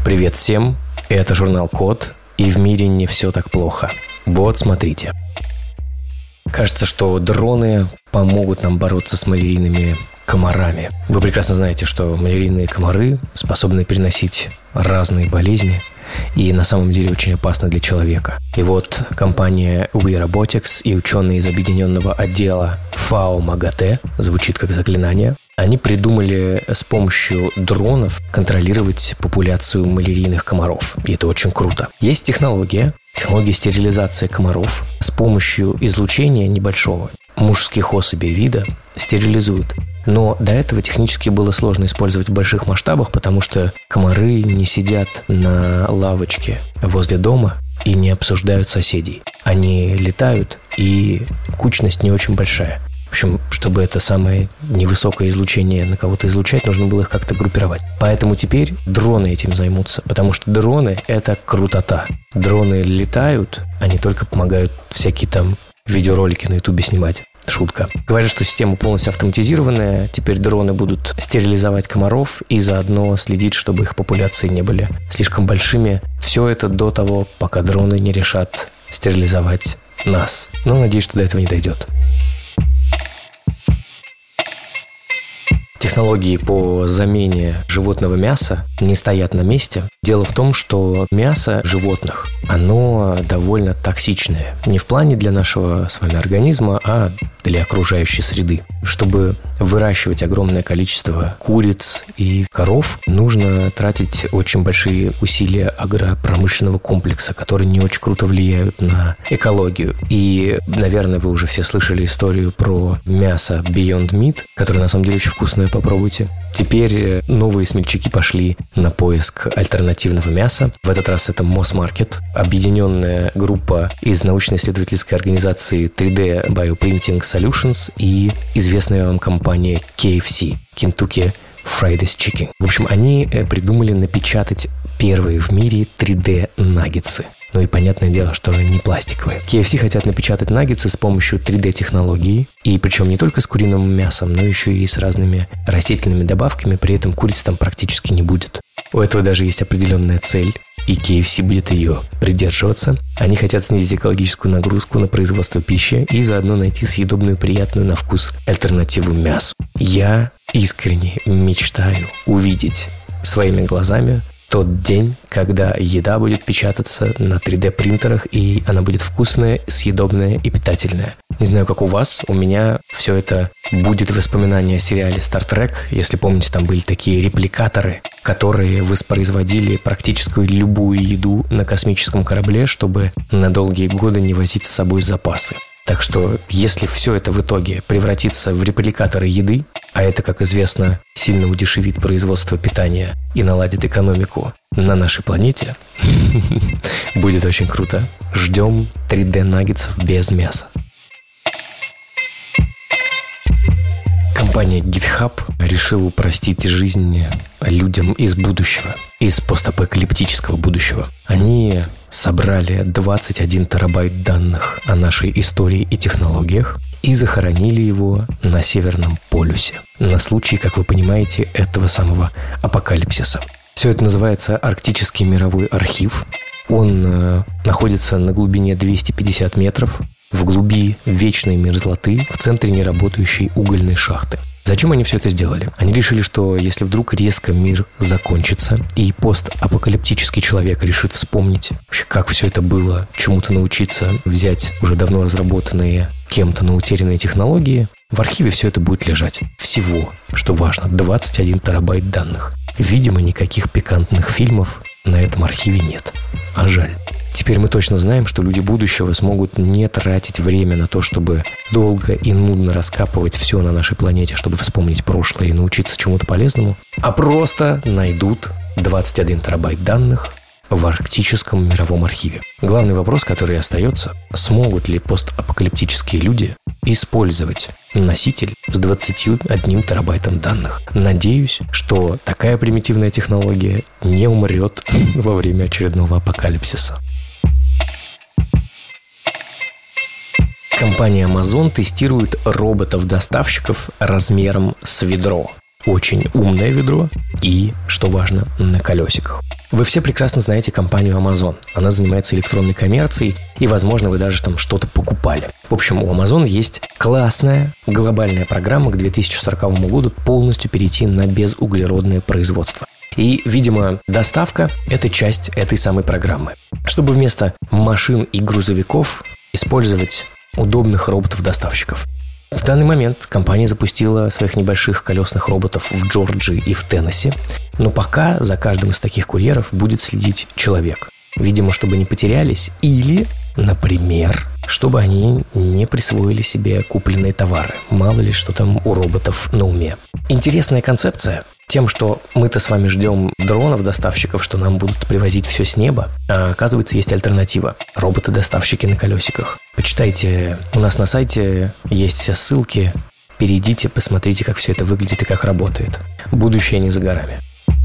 Привет всем, это журнал Код, и в мире не все так плохо. Вот смотрите. Кажется, что дроны помогут нам бороться с малярийными комарами. Вы прекрасно знаете, что малярийные комары способны переносить разные болезни и на самом деле очень опасны для человека. И вот компания We Robotics и ученые из объединенного отдела ФАО МАГАТЭ, звучит как заклинание, они придумали с помощью дронов контролировать популяцию малярийных комаров. И это очень круто. Есть технология стерилизации комаров. С помощью излучения небольшого мужских особей вида стерилизуют. Но до этого технически было сложно использовать в больших масштабах, потому что комары не сидят на лавочке возле дома и не обсуждают соседей. Они летают, и кучность не очень большая. В общем, чтобы это самое невысокое излучение на кого-то излучать, нужно было их как-то группировать. Поэтому теперь дроны этим займутся, потому что дроны – это крутота. Дроны летают, они только помогают всякие там видеоролики на Ютубе снимать. Шутка. Говорят, что система полностью автоматизированная. Теперь дроны будут стерилизовать комаров и заодно следить, чтобы их популяции не были слишком большими. Все это до того, пока дроны не решат стерилизовать нас. Но надеюсь, что до этого не дойдет. Технологии по замене животного мяса не стоят на месте. Дело в том, что мясо животных, оно довольно токсичное. Не в плане для нашего с вами организма, а для окружающей среды. Чтобы выращивать огромное количество куриц и коров, нужно тратить очень большие усилия агропромышленного комплекса, которые не очень круто влияют на экологию. И, наверное, вы уже все слышали историю про мясо Beyond Meat, которое на самом деле очень вкусное, попробуйте. Теперь новые смельчаки пошли на поиск альтернативного мяса. В этот раз это Moss Market, объединенная группа из научно-исследовательской организации 3D Bioprinting Solutions и известная вам компания KFC, Kentucky Fried Chicken. В общем, они придумали напечатать первые в мире 3D-наггетсы. Ну и понятное дело, что не пластиковые. KFC хотят напечатать наггетсы с помощью 3D-технологии. И причем не только с куриным мясом, но еще и с разными растительными добавками. При этом курицы там практически не будет. У этого даже есть определенная цель. И KFC будет ее придерживаться. Они хотят снизить экологическую нагрузку на производство пищи и заодно найти съедобную, приятную на вкус альтернативу мясу. Я искренне мечтаю увидеть своими глазами тот день, когда еда будет печататься на 3D-принтерах, и она будет вкусная, съедобная и питательная. Не знаю, как у вас, у меня все это будет воспоминание о сериале Star Trek. Если помните, там были такие репликаторы, которые воспроизводили практически любую еду на космическом корабле, чтобы на долгие годы не возить с собой запасы. Так что, если все это в итоге превратится в репликаторы еды, а это, как известно, сильно удешевит производство питания и наладит экономику на нашей планете, будет очень круто. Ждем 3D-наггетсов без мяса. Компания GitHub решила упростить жизнь людям из будущего, из постапокалиптического будущего. Они собрали 21 терабайт данных о нашей истории и технологиях и захоронили его на Северном полюсе на случай, как вы понимаете, этого самого апокалипсиса. Все это называется Арктический мировой архив. Он находится на глубине 250 метров, в глуби вечной мерзлоты, в центре неработающей угольной шахты. Зачем они все это сделали? Они решили, что если вдруг резко мир закончится, и постапокалиптический человек решит вспомнить, вообще, как все это было, чему-то научиться, взять уже давно разработанные кем-то, но утерянные технологии, в архиве все это будет лежать. Всего, что важно, 21 терабайт данных. Видимо, никаких пикантных фильмов на этом архиве нет. А жаль. Теперь мы точно знаем, что люди будущего смогут не тратить время на то, чтобы долго и нудно раскапывать все на нашей планете, чтобы вспомнить прошлое и научиться чему-то полезному, а просто найдут 21 терабайт данных в Арктическом мировом архиве. Главный вопрос, который остается, смогут ли постапокалиптические люди использовать носитель с 21 терабайтом данных. Надеюсь, что такая примитивная технология не умрет во время очередного апокалипсиса. Компания Amazon тестирует роботов-доставщиков размером с ведро. очень умное ведро и, что важно, на колесиках. Вы все прекрасно знаете компанию Amazon. Она занимается электронной коммерцией, и, возможно, вы даже там что-то покупали. В общем, у Amazon есть классная глобальная программа к 2040 году полностью перейти на безуглеродное производство. И, видимо, доставка – это часть этой самой программы. Чтобы вместо машин и грузовиков использовать удобных роботов-доставщиков. В данный момент компания запустила своих небольших колесных роботов в Джорджии и в Теннесси, но пока за каждым из таких курьеров будет следить человек. Видимо, чтобы не потерялись или, например, чтобы они не присвоили себе купленные товары. Мало ли, что там у роботов на уме. Интересная концепция. Тем, что мы-то с вами ждем дронов-доставщиков, что нам будут привозить все с неба, а оказывается, есть альтернатива. Роботы-доставщики на колесиках. Почитайте, у нас на сайте есть все ссылки. Перейдите, посмотрите, как все это выглядит и как работает. Будущее не за горами.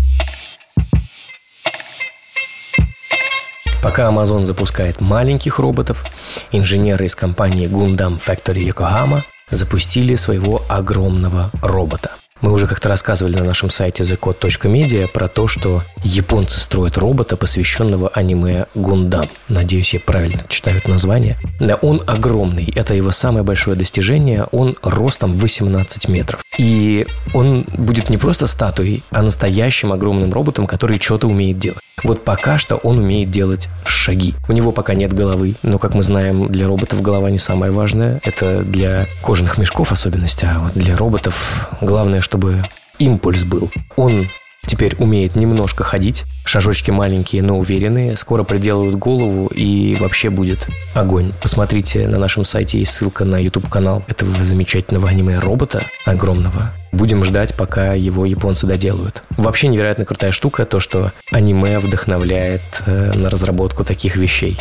Пока Amazon запускает маленьких роботов, инженеры из компании Gundam Factory Yokohama запустили своего огромного робота. Мы уже как-то рассказывали на нашем сайте thecode.media про то, что японцы строят робота, посвященного аниме Гундам. Надеюсь, я правильно читаю это название. Да, он огромный. Это его самое большое достижение. Он ростом 18 метров. И он будет не просто статуей, а настоящим огромным роботом, который что-то умеет делать. Вот пока что он умеет делать шаги. У него пока нет головы, но, как мы знаем, для роботов голова не самое важное. Это для кожаных мешков особенность, а вот для роботов главное, чтобы импульс был. Он теперь умеет немножко ходить, шажочки маленькие, но уверенные, скоро приделают голову и вообще будет огонь. Посмотрите, на нашем сайте есть ссылка на YouTube-канал этого замечательного аниме-робота огромного. Будем ждать, пока его японцы доделают. Вообще невероятно крутая штука, то, что аниме вдохновляет на разработку таких вещей.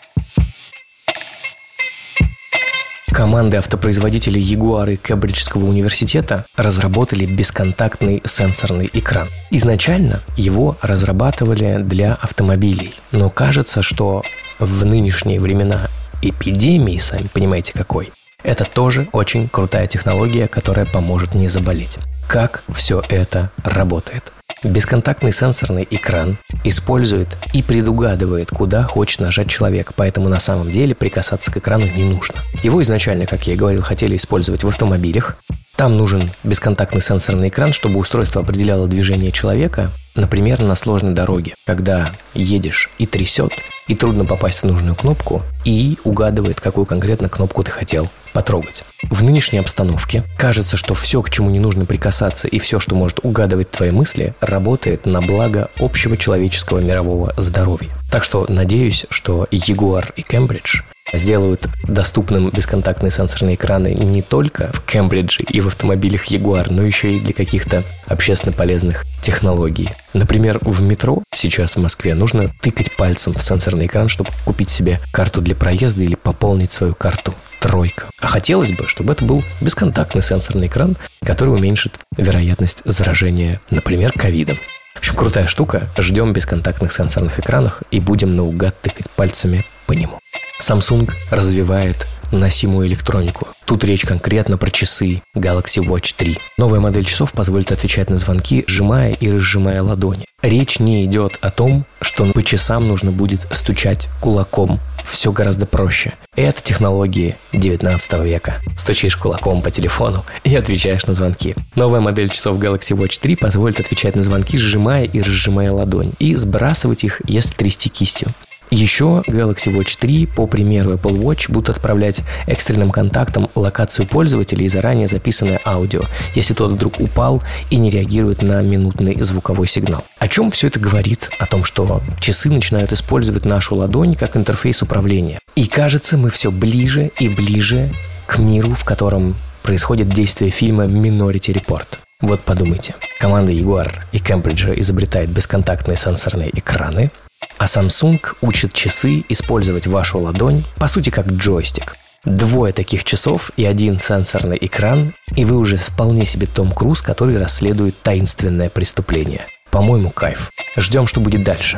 Команды автопроизводителей Jaguar и Кембриджского университета разработали бесконтактный сенсорный экран. Изначально его разрабатывали для автомобилей, но кажется, что в нынешние времена эпидемии, сами понимаете какой, это тоже очень крутая технология, которая поможет не заболеть. Как все это работает? Бесконтактный сенсорный экран использует и предугадывает, куда хочет нажать человек, поэтому на самом деле прикасаться к экрану не нужно. Его изначально, как я и говорил, хотели использовать в автомобилях. Там нужен бесконтактный сенсорный экран, чтобы устройство определяло движение человека, например, на сложной дороге, когда едешь и трясет, и трудно попасть в нужную кнопку, и угадывает, какую конкретно кнопку ты хотел потрогать. В нынешней обстановке кажется, что все, к чему не нужно прикасаться, и все, что может угадывать твои мысли, работает на благо общего человеческого мирового здоровья. Так что надеюсь, что Jaguar и Кембридж сделают доступным бесконтактные сенсорные экраны не только в Кембридже и в автомобилях Jaguar, но еще и для каких-то общественно полезных технологий. Например, в метро сейчас в Москве нужно тыкать пальцем в сенсорный экран, чтобы купить себе карту для проезда или пополнить свою карту тройка. А хотелось бы, чтобы это был бесконтактный сенсорный экран, который уменьшит вероятность заражения, например, ковидом. В общем, крутая штука. Ждем бесконтактных сенсорных экранов и будем наугад тыкать пальцами по нему. Samsung развивает носимую электронику. Тут речь конкретно про часы Galaxy Watch 3. Новая модель часов позволит отвечать на звонки, сжимая и разжимая ладони. Речь не идет о том, что по часам нужно будет стучать кулаком. Все гораздо проще. Это технологии 19 века. Стучишь кулаком по телефону и отвечаешь на звонки. Новая модель часов Galaxy Watch 3 позволит отвечать на звонки, сжимая и разжимая ладонь, и сбрасывать их, если трясти кистью. Еще Galaxy Watch 3, по примеру Apple Watch, будут отправлять экстренным контактам локацию пользователя и заранее записанное аудио, если тот вдруг упал и не реагирует на минутный звуковой сигнал. О чем все это говорит? О том, что часы начинают использовать нашу ладонь как интерфейс управления. И кажется, мы все ближе и ближе к миру, в котором происходит действие фильма Minority Report. Вот подумайте. Команда Jaguar и Кембриджа изобретает бесконтактные сенсорные экраны, а Samsung учит часы использовать вашу ладонь, по сути, как джойстик. 2 таких часов и 1 сенсорный экран, и вы уже вполне себе Том Круз, который расследует таинственное преступление. По-моему, кайф. Ждем, что будет дальше.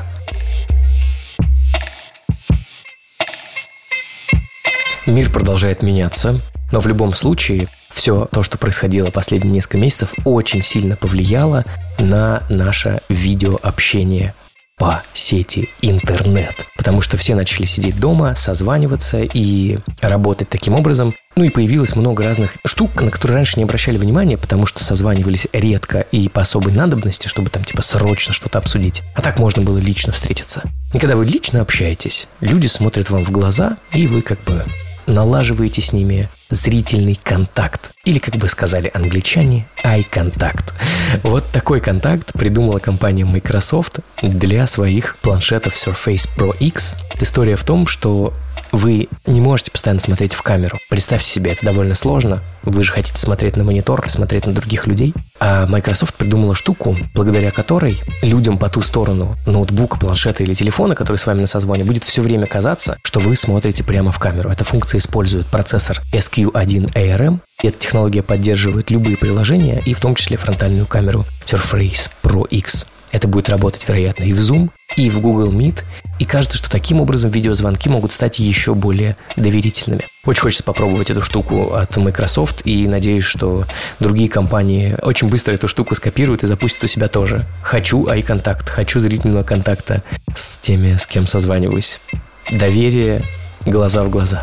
Мир продолжает меняться, но в любом случае все то, что происходило последние несколько месяцев, очень сильно повлияло на наше видеообщение по сети интернет. Потому что все начали сидеть дома, созваниваться и работать таким образом. Ну и появилось много разных штук, на которые раньше не обращали внимания, потому что созванивались редко и по особой надобности, чтобы там типа срочно что-то обсудить. А так можно было лично встретиться. И когда вы лично общаетесь, люди смотрят вам в глаза, и вы как бы налаживаете с ними зрительный контакт. Или, как бы сказали англичане, eye contact. Вот такой контакт придумала компания Microsoft для своих планшетов Surface Pro X. История в том, что вы не можете постоянно смотреть в камеру. Представьте себе, это довольно сложно. Вы же хотите смотреть на монитор, смотреть на других людей. А Microsoft придумала штуку, благодаря которой людям по ту сторону ноутбука, планшета или телефона, который с вами на созвоне, будет все время казаться, что вы смотрите прямо в камеру. Эта функция использует процессор SQ1 ARM. И эта технология поддерживает любые приложения, и в том числе фронтальную камеру Surface Pro X. Это будет работать, вероятно, и в Zoom, и в Google Meet. И кажется, что таким образом видеозвонки могут стать еще более доверительными. Очень хочется попробовать эту штуку от Microsoft, и надеюсь, что другие компании очень быстро эту штуку скопируют и запустят у себя тоже. Хочу eye-контакт, хочу зрительного контакта с теми, с кем созваниваюсь. Доверие глаза в глаза.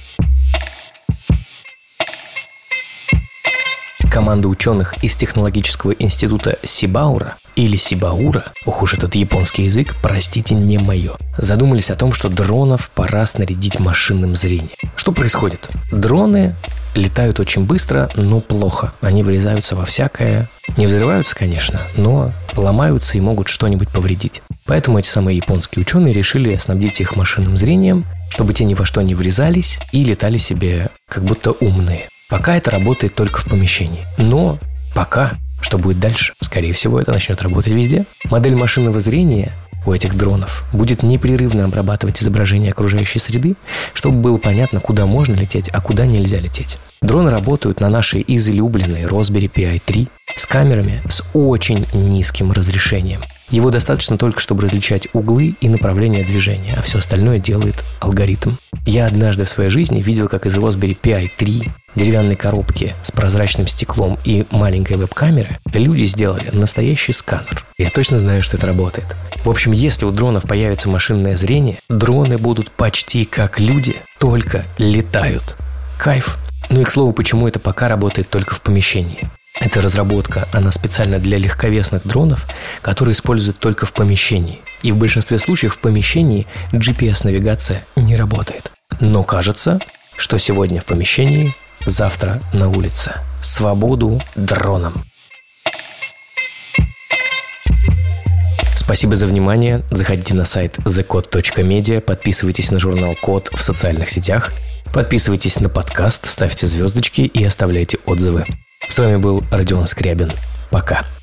Команда ученых из технологического института Сибаура или Сибаура, ох уж этот японский язык, простите, не мое, задумались о том, что дронов пора снарядить машинным зрением. Что происходит? Дроны летают очень быстро, но плохо. Они врезаются во всякое. Не взрываются, конечно, но ломаются и могут что-нибудь повредить. Поэтому эти самые японские ученые решили снабдить их машинным зрением, чтобы те ни во что не врезались и летали себе как будто умные. Пока это работает только в помещении. Но пока, что будет дальше? Скорее всего, это начнет работать везде. Модель машинного зрения у этих дронов будет непрерывно обрабатывать изображение окружающей среды, чтобы было понятно, куда можно лететь, а куда нельзя лететь. Дроны работают на нашей излюбленной Raspberry Pi 3 с камерами с очень низким разрешением. Его достаточно только, чтобы различать углы и направление движения, а все остальное делает алгоритм. Я однажды в своей жизни видел, как из Raspberry Pi 3 деревянной коробки с прозрачным стеклом и маленькой веб-камеры люди сделали настоящий сканер. Я точно знаю, что это работает. В общем, если у дронов появится машинное зрение, дроны будут почти как люди, только летают. Кайф. Ну и, к слову, почему это пока работает только в помещении? Эта разработка, она специально для легковесных дронов, которые используют только в помещении. И в большинстве случаев в помещении GPS-навигация не работает. Но кажется, что сегодня в помещении, завтра на улице. Свободу дронам! Спасибо за внимание. Заходите на сайт thecode.media, подписывайтесь на журнал Код в социальных сетях, подписывайтесь на подкаст, ставьте звездочки и оставляйте отзывы. С вами был Родион Скрябин. Пока.